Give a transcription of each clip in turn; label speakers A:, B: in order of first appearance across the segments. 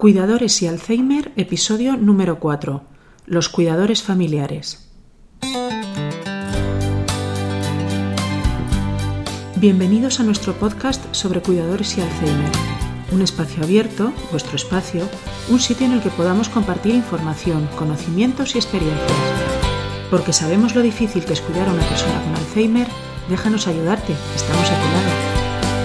A: Cuidadores y Alzheimer, episodio número 4. Los cuidadores familiares. Bienvenidos a nuestro podcast sobre cuidadores y Alzheimer. Un espacio abierto, vuestro espacio, un sitio en el que podamos compartir información, conocimientos y experiencias. Porque sabemos lo difícil que es cuidar a una persona con Alzheimer, déjanos ayudarte, estamos a tu lado.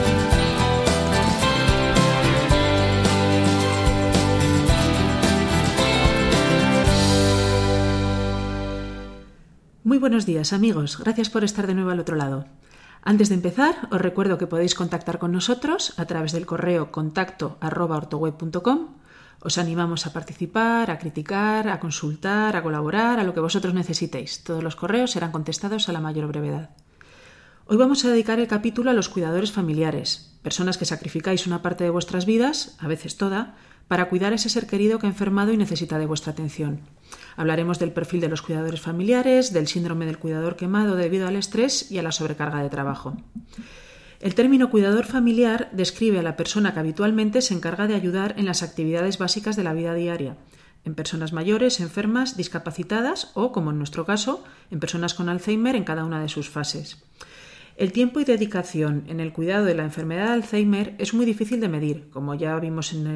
A: Muy buenos días, amigos. Gracias por estar de nuevo al otro lado. Antes de empezar, os recuerdo que podéis contactar con nosotros a través del correo contacto@ortoweb.com. Os animamos a participar, a criticar, a consultar, a colaborar, a lo que vosotros necesitéis. Todos los correos serán contestados a la mayor brevedad. Hoy vamos a dedicar el capítulo a los cuidadores familiares, personas que sacrificáis una parte de vuestras vidas, a veces toda, para cuidar a ese ser querido que ha enfermado y necesita de vuestra atención. Hablaremos del perfil de los cuidadores familiares, del síndrome del cuidador quemado debido al estrés y a la sobrecarga de trabajo. El término cuidador familiar describe a la persona que habitualmente se encarga de ayudar en las actividades básicas de la vida diaria, en personas mayores, enfermas, discapacitadas o, como en nuestro caso, en personas con Alzheimer en cada una de sus fases. El tiempo y dedicación en el cuidado de la enfermedad de Alzheimer es muy difícil de medir, como ya vimos en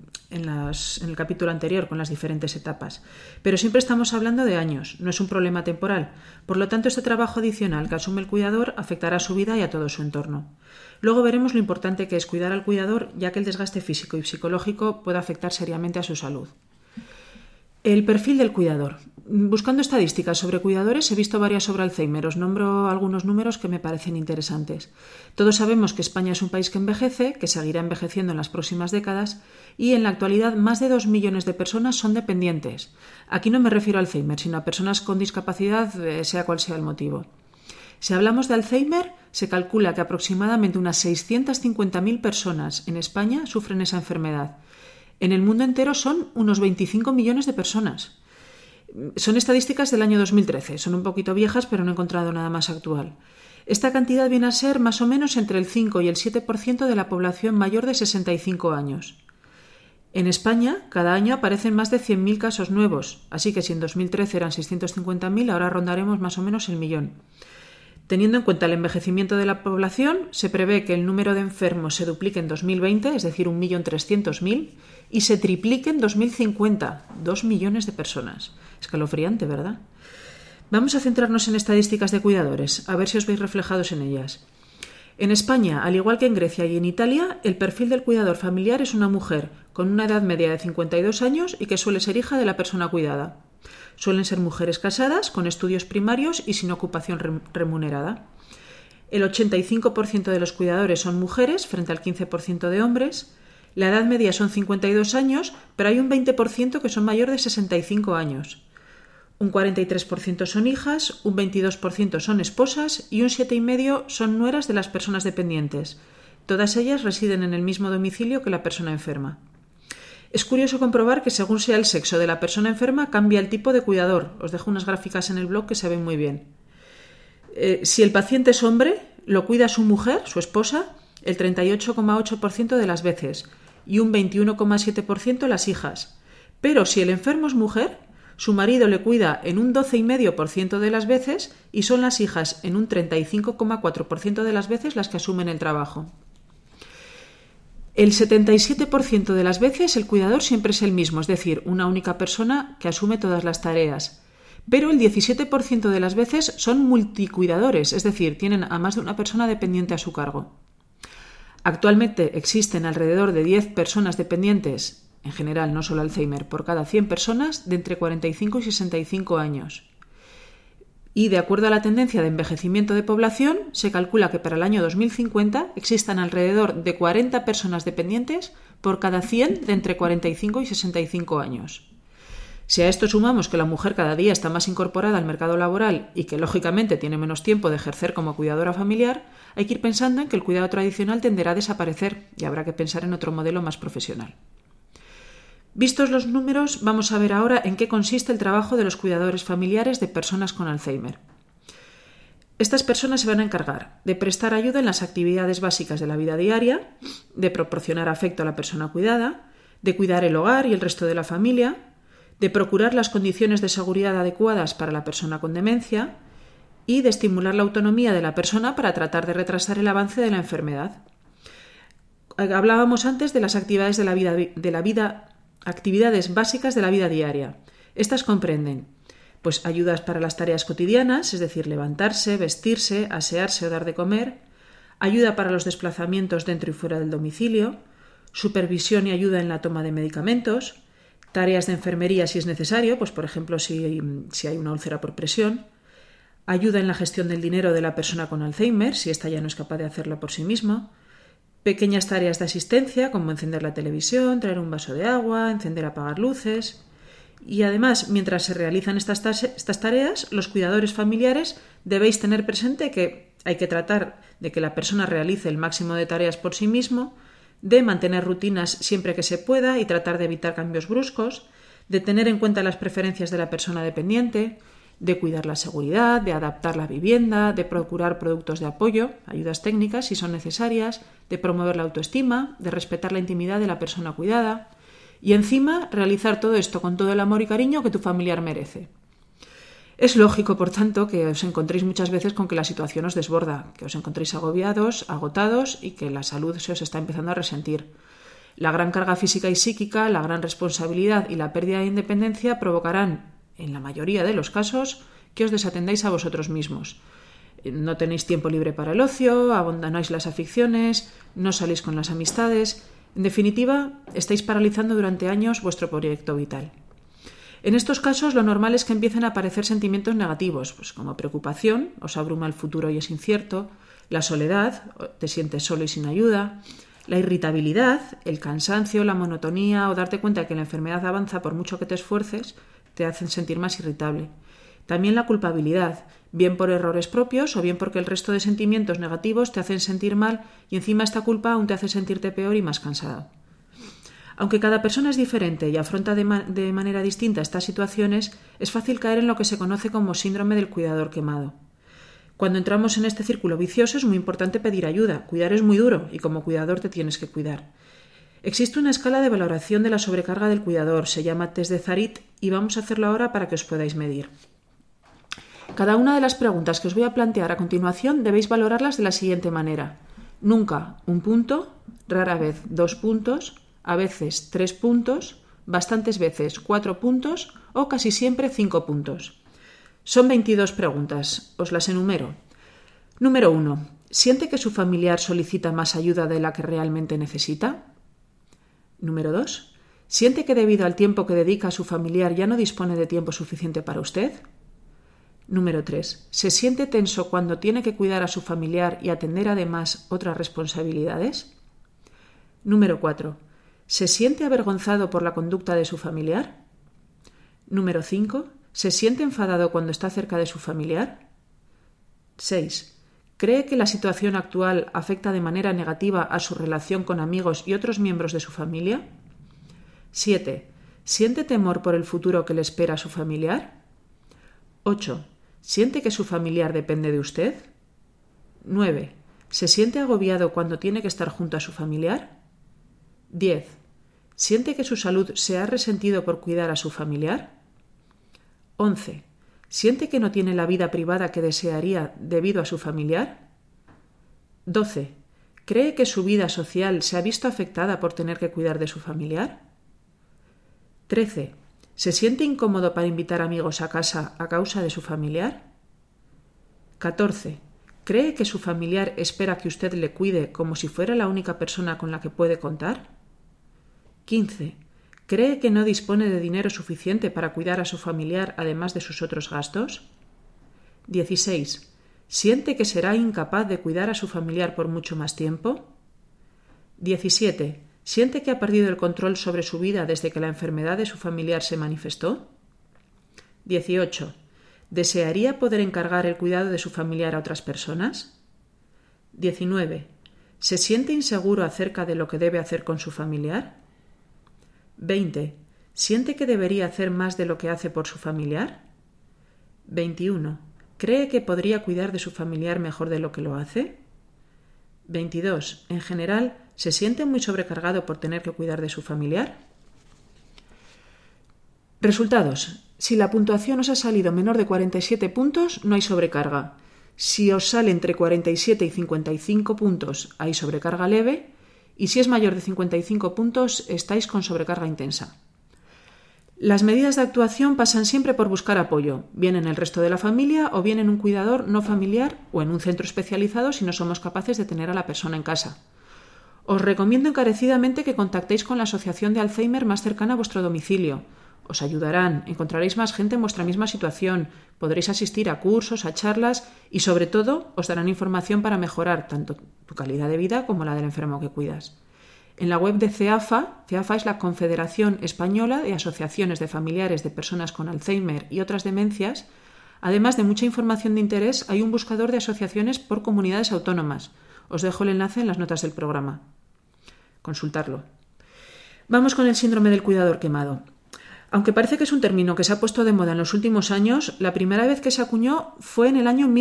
A: el capítulo anterior con las diferentes etapas. Pero siempre estamos hablando de años, no es un problema temporal. Por lo tanto, este trabajo adicional que asume el cuidador afectará a su vida y a todo su entorno. Luego veremos lo importante que es cuidar al cuidador, ya que el desgaste físico y psicológico puede afectar seriamente a su salud. El perfil del cuidador. Buscando estadísticas sobre cuidadores he visto varias sobre Alzheimer. Os nombro algunos números que me parecen interesantes. Todos sabemos que España es un país que envejece, que seguirá envejeciendo en las próximas décadas y en la actualidad más de 2 millones de personas son dependientes. Aquí no me refiero a Alzheimer, sino a personas con discapacidad, sea cual sea el motivo. Si hablamos de Alzheimer, se calcula que aproximadamente unas 650.000 personas en España sufren esa enfermedad. En el mundo entero son unos 25 millones de personas. Son estadísticas del año 2013, son un poquito viejas, pero no he encontrado nada más actual. Esta cantidad viene a ser más o menos entre el 5 y el 7% de la población mayor de 65 años. En España, cada año aparecen más de 100.000 casos nuevos, así que si en 2013 eran 650.000, ahora rondaremos más o menos el millón. Teniendo en cuenta el envejecimiento de la población, se prevé que el número de enfermos se duplique en 2020, es decir, 1.300.000, y se triplique en 2050, 2 millones de personas. Escalofriante, ¿verdad? Vamos a centrarnos en estadísticas de cuidadores, a ver si os veis reflejados en ellas. En España, al igual que en Grecia y en Italia, el perfil del cuidador familiar es una mujer con una edad media de 52 años y que suele ser hija de la persona cuidada. Suelen ser mujeres casadas, con estudios primarios y sin ocupación remunerada. El 85% de los cuidadores son mujeres, frente al 15% de hombres. La edad media son 52 años, pero hay un 20% que son mayor de 65 años. Un 43% son hijas, un 22% son esposas y un 7,5% son nueras de las personas dependientes. Todas ellas residen en el mismo domicilio que la persona enferma. Es curioso comprobar que según sea el sexo de la persona enferma cambia el tipo de cuidador. Os dejo unas gráficas en el blog que se ven muy bien. Si el paciente es hombre, lo cuida su mujer, su esposa, el 38,8% de las veces y un 21,7% las hijas. Pero si el enfermo es mujer, su marido le cuida en un 12,5% de las veces y son las hijas en un 35,4% de las veces las que asumen el trabajo. El 77% de las veces el cuidador siempre es el mismo, es decir, una única persona que asume todas las tareas. Pero el 17% de las veces son multicuidadores, es decir, tienen a más de una persona dependiente a su cargo. Actualmente existen alrededor de 10 personas dependientes, en general no solo Alzheimer, por cada 100 personas de entre 45 y 65 años. Y de acuerdo a la tendencia de envejecimiento de población, se calcula que para el año 2050 existan alrededor de 40 personas dependientes por cada 100 de entre 45 y 65 años. Si a esto sumamos que la mujer cada día está más incorporada al mercado laboral y que lógicamente tiene menos tiempo de ejercer como cuidadora familiar, hay que ir pensando en que el cuidado tradicional tenderá a desaparecer y habrá que pensar en otro modelo más profesional. Vistos los números, vamos a ver ahora en qué consiste el trabajo de los cuidadores familiares de personas con Alzheimer. Estas personas se van a encargar de prestar ayuda en las actividades básicas de la vida diaria, de proporcionar afecto a la persona cuidada, de cuidar el hogar y el resto de la familia, de procurar las condiciones de seguridad adecuadas para la persona con demencia y de estimular la autonomía de la persona para tratar de retrasar el avance de la enfermedad. Hablábamos antes de las actividades actividades básicas de la vida diaria. Estas comprenden ayudas para las tareas cotidianas, es decir, levantarse, vestirse, asearse o dar de comer, ayuda para los desplazamientos dentro y fuera del domicilio, supervisión y ayuda en la toma de medicamentos, tareas de enfermería si es necesario, por ejemplo si hay una úlcera por presión, ayuda en la gestión del dinero de la persona con Alzheimer, si ésta ya no es capaz de hacerla por sí misma, pequeñas tareas de asistencia como encender la televisión, traer un vaso de agua, encender y apagar luces. Y además, mientras se realizan estas tareas, los cuidadores familiares debéis tener presente que hay que tratar de que la persona realice el máximo de tareas por sí mismo, de mantener rutinas siempre que se pueda y tratar de evitar cambios bruscos, de tener en cuenta las preferencias de la persona dependiente, de cuidar la seguridad, de adaptar la vivienda, de procurar productos de apoyo, ayudas técnicas si son necesarias, de promover la autoestima, de respetar la intimidad de la persona cuidada y encima realizar todo esto con todo el amor y cariño que tu familiar merece. Es lógico, por tanto, que os encontréis muchas veces con que la situación os desborda, que os encontréis agobiados, agotados y que la salud se os está empezando a resentir. La gran carga física y psíquica, la gran responsabilidad y la pérdida de independencia provocarán, en la mayoría de los casos, que os desatendáis a vosotros mismos. No tenéis tiempo libre para el ocio, abandonáis las aficiones, no salís con las amistades. En definitiva, estáis paralizando durante años vuestro proyecto vital. En estos casos, lo normal es que empiecen a aparecer sentimientos negativos, como preocupación, os abruma el futuro y es incierto, la soledad, te sientes solo y sin ayuda, la irritabilidad, el cansancio, la monotonía o darte cuenta de que la enfermedad avanza por mucho que te esfuerces, te hacen sentir más irritable. También la culpabilidad, bien por errores propios o bien porque el resto de sentimientos negativos te hacen sentir mal y encima esta culpa aún te hace sentirte peor y más cansado. Aunque cada persona es diferente y afronta de manera distinta estas situaciones, es fácil caer en lo que se conoce como síndrome del cuidador quemado. Cuando entramos en este círculo vicioso es muy importante pedir ayuda. Cuidar es muy duro y como cuidador te tienes que cuidar. Existe una escala de valoración de la sobrecarga del cuidador, se llama test de Zarit y vamos a hacerlo ahora para que os podáis medir. Cada una de las preguntas que os voy a plantear a continuación debéis valorarlas de la siguiente manera. Nunca 1 punto, rara vez 2 puntos, a veces 3 puntos, bastantes veces 4 puntos o casi siempre 5 puntos. Son 22 preguntas, os las enumero. Número 1. ¿Siente que su familiar solicita más ayuda de la que realmente necesita? Número 2. ¿Siente que debido al tiempo que dedica a su familiar ya no dispone de tiempo suficiente para usted? Número 3. ¿Se siente tenso cuando tiene que cuidar a su familiar y atender además otras responsabilidades? Número 4. ¿Se siente avergonzado por la conducta de su familiar? Número 5. ¿Se siente enfadado cuando está cerca de su familiar? 6. ¿Cree que la situación actual afecta de manera negativa a su relación con amigos y otros miembros de su familia? 7. ¿Siente temor por el futuro que le espera a su familiar? 8. ¿Siente que su familiar depende de usted? 9. ¿Se siente agobiado cuando tiene que estar junto a su familiar? 10. ¿Siente que su salud se ha resentido por cuidar a su familiar? 11. ¿Siente que no tiene la vida privada que desearía debido a su familiar? 12. ¿Cree que su vida social se ha visto afectada por tener que cuidar de su familiar? 13. ¿Se siente incómodo para invitar amigos a casa a causa de su familiar? 14. ¿Cree que su familiar espera que usted le cuide como si fuera la única persona con la que puede contar? 15. ¿Cree que no dispone de dinero suficiente para cuidar a su familiar además de sus otros gastos? 16. ¿Siente que será incapaz de cuidar a su familiar por mucho más tiempo? 17. ¿Siente que ha perdido el control sobre su vida desde que la enfermedad de su familiar se manifestó? 18. ¿Desearía poder encargar el cuidado de su familiar a otras personas? 19. ¿Se siente inseguro acerca de lo que debe hacer con su familiar? 20. ¿Siente que debería hacer más de lo que hace por su familiar? 21. ¿Cree que podría cuidar de su familiar mejor de lo que lo hace? 22. En general, ¿se siente muy sobrecargado por tener que cuidar de su familiar? Resultados. Si la puntuación os ha salido menor de 47 puntos, no hay sobrecarga. Si os sale entre 47 y 55 puntos, hay sobrecarga leve. Y si es mayor de 55 puntos, estáis con sobrecarga intensa. Las medidas de actuación pasan siempre por buscar apoyo, bien en el resto de la familia o bien en un cuidador no familiar o en un centro especializado si no somos capaces de tener a la persona en casa. Os recomiendo encarecidamente que contactéis con la asociación de Alzheimer más cercana a vuestro domicilio. Os ayudarán, encontraréis más gente en vuestra misma situación, podréis asistir a cursos, a charlas y, sobre todo, os darán información para mejorar tanto tu calidad de vida como la del enfermo que cuidas. En la web de CEAFA es la Confederación Española de Asociaciones de Familiares de Personas con Alzheimer y otras demencias, además de mucha información de interés, hay un buscador de asociaciones por comunidades autónomas. Os dejo el enlace en las notas del programa. Consultarlo. Vamos con el síndrome del cuidador quemado. Aunque parece que es un término que se ha puesto de moda en los últimos años, la primera vez que se acuñó fue en el año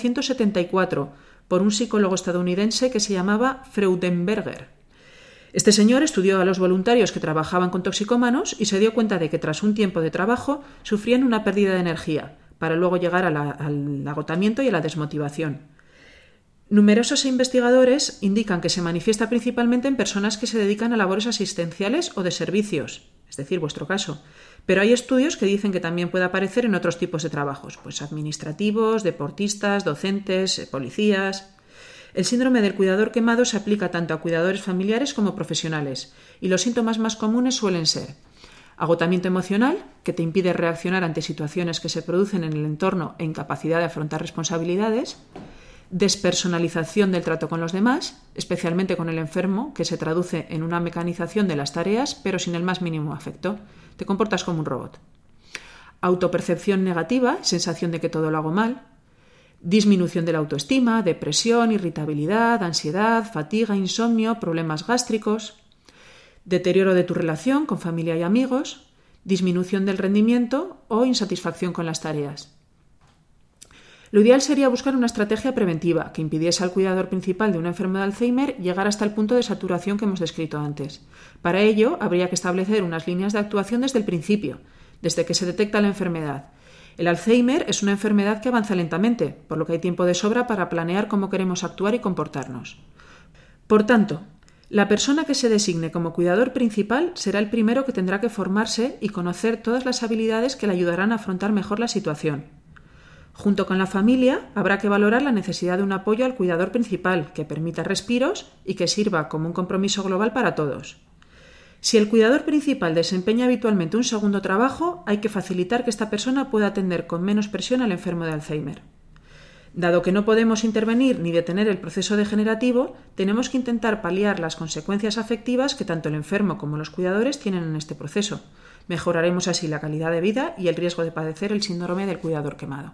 A: 1974 por un psicólogo estadounidense que se llamaba Freudenberger. Este señor estudió a los voluntarios que trabajaban con toxicómanos y se dio cuenta de que tras un tiempo de trabajo sufrían una pérdida de energía, para luego llegar al agotamiento y a la desmotivación. Numerosos investigadores indican que se manifiesta principalmente en personas que se dedican a labores asistenciales o de servicios, es decir, vuestro caso. Pero hay estudios que dicen que también puede aparecer en otros tipos de trabajos, pues administrativos, deportistas, docentes, policías. El síndrome del cuidador quemado se aplica tanto a cuidadores familiares como profesionales, y los síntomas más comunes suelen ser agotamiento emocional, que te impide reaccionar ante situaciones que se producen en el entorno e incapacidad de afrontar responsabilidades, despersonalización del trato con los demás, especialmente con el enfermo, que se traduce en una mecanización de las tareas, pero sin el más mínimo afecto. Te comportas como un robot. Autopercepción negativa, sensación de que todo lo hago mal. Disminución de la autoestima, depresión, irritabilidad, ansiedad, fatiga, insomnio, problemas gástricos. Deterioro de tu relación con familia y amigos. Disminución del rendimiento o insatisfacción con las tareas. Lo ideal sería buscar una estrategia preventiva que impidiese al cuidador principal de un enfermo de Alzheimer llegar hasta el punto de saturación que hemos descrito antes. Para ello, habría que establecer unas líneas de actuación desde el principio, desde que se detecta la enfermedad. El Alzheimer es una enfermedad que avanza lentamente, por lo que hay tiempo de sobra para planear cómo queremos actuar y comportarnos. Por tanto, la persona que se designe como cuidador principal será el primero que tendrá que formarse y conocer todas las habilidades que le ayudarán a afrontar mejor la situación. Junto con la familia, habrá que valorar la necesidad de un apoyo al cuidador principal que permita respiros y que sirva como un compromiso global para todos. Si el cuidador principal desempeña habitualmente un segundo trabajo, hay que facilitar que esta persona pueda atender con menos presión al enfermo de Alzheimer. Dado que no podemos intervenir ni detener el proceso degenerativo, tenemos que intentar paliar las consecuencias afectivas que tanto el enfermo como los cuidadores tienen en este proceso. Mejoraremos así la calidad de vida y el riesgo de padecer el síndrome del cuidador quemado.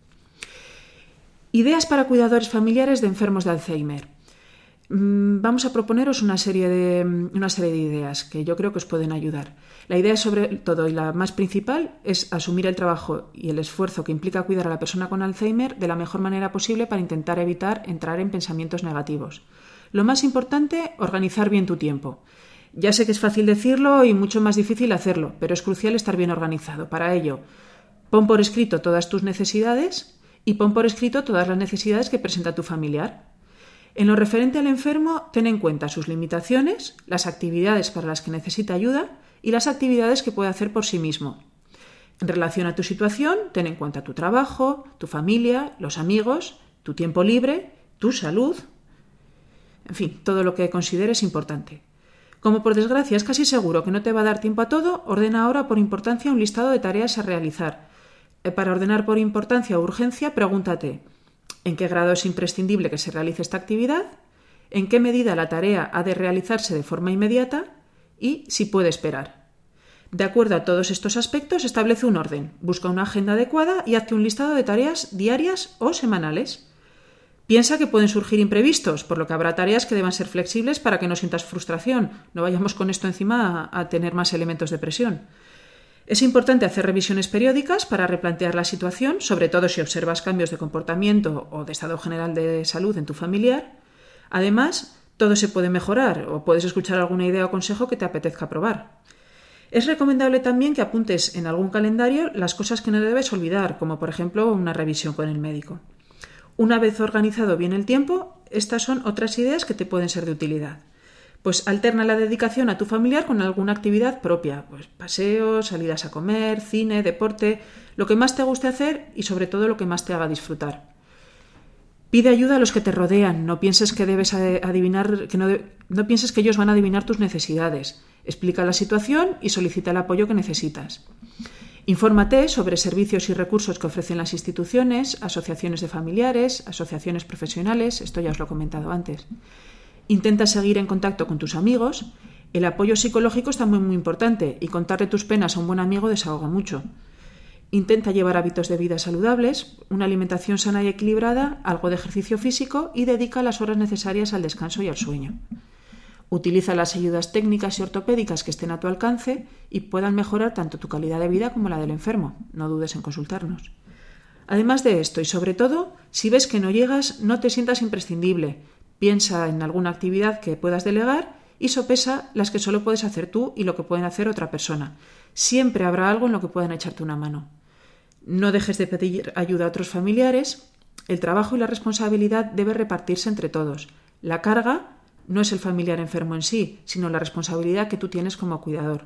A: Ideas para cuidadores familiares de enfermos de Alzheimer. Vamos a proponeros una serie de ideas que yo creo que os pueden ayudar. La idea sobre todo y la más principal es asumir el trabajo y el esfuerzo que implica cuidar a la persona con Alzheimer de la mejor manera posible para intentar evitar entrar en pensamientos negativos. Lo más importante, organizar bien tu tiempo. Ya sé que es fácil decirlo y mucho más difícil hacerlo, pero es crucial estar bien organizado. Para ello, pon por escrito todas tus necesidades y pon por escrito todas las necesidades que presenta tu familiar. En lo referente al enfermo, ten en cuenta sus limitaciones, las actividades para las que necesita ayuda y las actividades que puede hacer por sí mismo. En relación a tu situación, ten en cuenta tu trabajo, tu familia, los amigos, tu tiempo libre, tu salud, en fin, todo lo que consideres importante. Como por desgracia es casi seguro que no te va a dar tiempo a todo, ordena ahora por importancia un listado de tareas a realizar. Para ordenar por importancia o urgencia, pregúntate: ¿en qué grado es imprescindible que se realice esta actividad? ¿En qué medida la tarea ha de realizarse de forma inmediata? Y si puede esperar. De acuerdo a todos estos aspectos, establece un orden, busca una agenda adecuada y hazte un listado de tareas diarias o semanales. Piensa que pueden surgir imprevistos, por lo que habrá tareas que deban ser flexibles para que no sientas frustración. No vayamos con esto encima a tener más elementos de presión. Es importante hacer revisiones periódicas para replantear la situación, sobre todo si observas cambios de comportamiento o de estado general de salud en tu familiar. Además, todo se puede mejorar o puedes escuchar alguna idea o consejo que te apetezca probar. Es recomendable también que apuntes en algún calendario las cosas que no debes olvidar, como por ejemplo una revisión con el médico. Una vez organizado bien el tiempo, estas son otras ideas que te pueden ser de utilidad. Pues alterna la dedicación a tu familiar con alguna actividad propia, pues paseos, salidas a comer, cine, deporte, lo que más te guste hacer y sobre todo lo que más te haga disfrutar. Pide ayuda a los que te rodean, no pienses que debes adivinar, no pienses que ellos van a adivinar tus necesidades. Explica la situación y solicita el apoyo que necesitas. Infórmate sobre servicios y recursos que ofrecen las instituciones, asociaciones de familiares, asociaciones profesionales, esto ya os lo he comentado antes. Intenta seguir en contacto con tus amigos. El apoyo psicológico está muy importante y contarle tus penas a un buen amigo desahoga mucho. Intenta llevar hábitos de vida saludables, una alimentación sana y equilibrada, algo de ejercicio físico y dedica las horas necesarias al descanso y al sueño. Utiliza las ayudas técnicas y ortopédicas que estén a tu alcance y puedan mejorar tanto tu calidad de vida como la del enfermo. No dudes en consultarnos. Además de esto y sobre todo, si ves que no llegas, no te sientas imprescindible. Piensa en alguna actividad que puedas delegar y sopesa las que solo puedes hacer tú y lo que pueden hacer otra persona. Siempre habrá algo en lo que puedan echarte una mano. No dejes de pedir ayuda a otros familiares. El trabajo y la responsabilidad deben repartirse entre todos. La carga no es el familiar enfermo en sí, sino la responsabilidad que tú tienes como cuidador.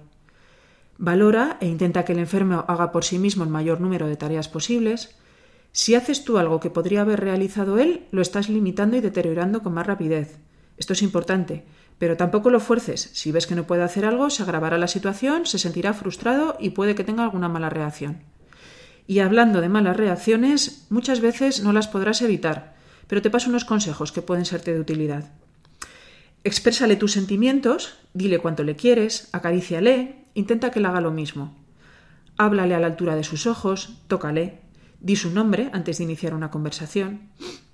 A: Valora e intenta que el enfermo haga por sí mismo el mayor número de tareas posibles. Si haces tú algo que podría haber realizado él, lo estás limitando y deteriorando con más rapidez. Esto es importante, pero tampoco lo fuerces. Si ves que no puede hacer algo, se agravará la situación, se sentirá frustrado y puede que tenga alguna mala reacción. Y hablando de malas reacciones, muchas veces no las podrás evitar, pero te paso unos consejos que pueden serte de utilidad. Exprésale tus sentimientos, dile cuánto le quieres, acaríciale, intenta que le haga lo mismo. Háblale a la altura de sus ojos, tócale, di su nombre antes de iniciar una conversación.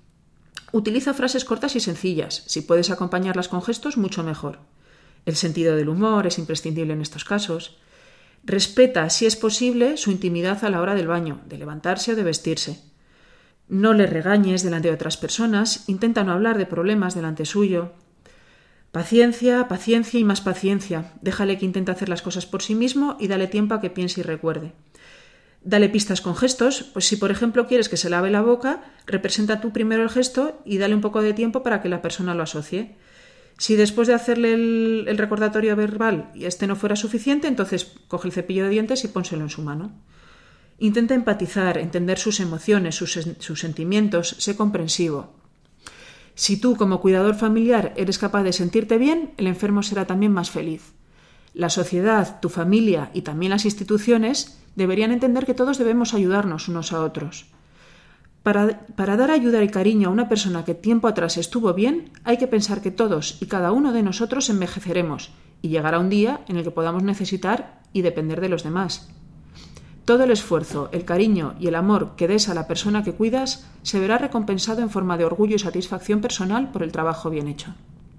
A: Utiliza frases cortas y sencillas, si puedes acompañarlas con gestos, mucho mejor. El sentido del humor es imprescindible en estos casos. Respeta, si es posible, su intimidad a la hora del baño, de levantarse o de vestirse. No le regañes delante de otras personas, intenta no hablar de problemas delante suyo. Paciencia, paciencia y más paciencia. Déjale que intente hacer las cosas por sí mismo y dale tiempo a que piense y recuerde. Dale pistas con gestos, pues si por ejemplo quieres que se lave la boca, representa tú primero el gesto y dale un poco de tiempo para que la persona lo asocie. Si después de hacerle el recordatorio verbal y este no fuera suficiente, entonces coge el cepillo de dientes y pónselo en su mano. Intenta empatizar, entender sus emociones, sus sentimientos, sé comprensivo. Si tú, como cuidador familiar, eres capaz de sentirte bien, el enfermo será también más feliz. La sociedad, tu familia y también las instituciones deberían entender que todos debemos ayudarnos unos a otros. Para dar ayuda y cariño a una persona que tiempo atrás estuvo bien, hay que pensar que todos y cada uno de nosotros envejeceremos y llegará un día en el que podamos necesitar y depender de los demás. Todo el esfuerzo, el cariño y el amor que des a la persona que cuidas se verá recompensado en forma de orgullo y satisfacción personal por el trabajo bien hecho.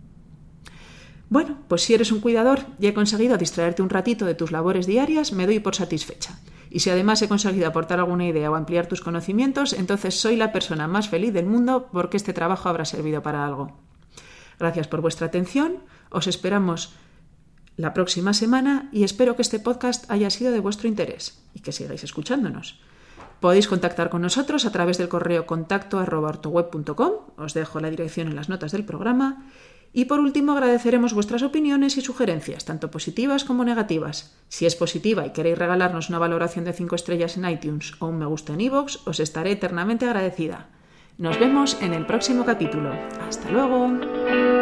A: Bueno, pues si eres un cuidador y he conseguido distraerte un ratito de tus labores diarias, me doy por satisfecha. Y si además he conseguido aportar alguna idea o ampliar tus conocimientos, entonces soy la persona más feliz del mundo porque este trabajo habrá servido para algo. Gracias por vuestra atención, os esperamos la próxima semana y espero que este podcast haya sido de vuestro interés y que sigáis escuchándonos. Podéis contactar con nosotros a través del correo contacto@ortoweb.com, os dejo la dirección en las notas del programa. Y por último agradeceremos vuestras opiniones y sugerencias, tanto positivas como negativas. Si es positiva y queréis regalarnos una valoración de 5 estrellas en iTunes o un me gusta en iVoox, os estaré eternamente agradecida. Nos vemos en el próximo capítulo. ¡Hasta luego!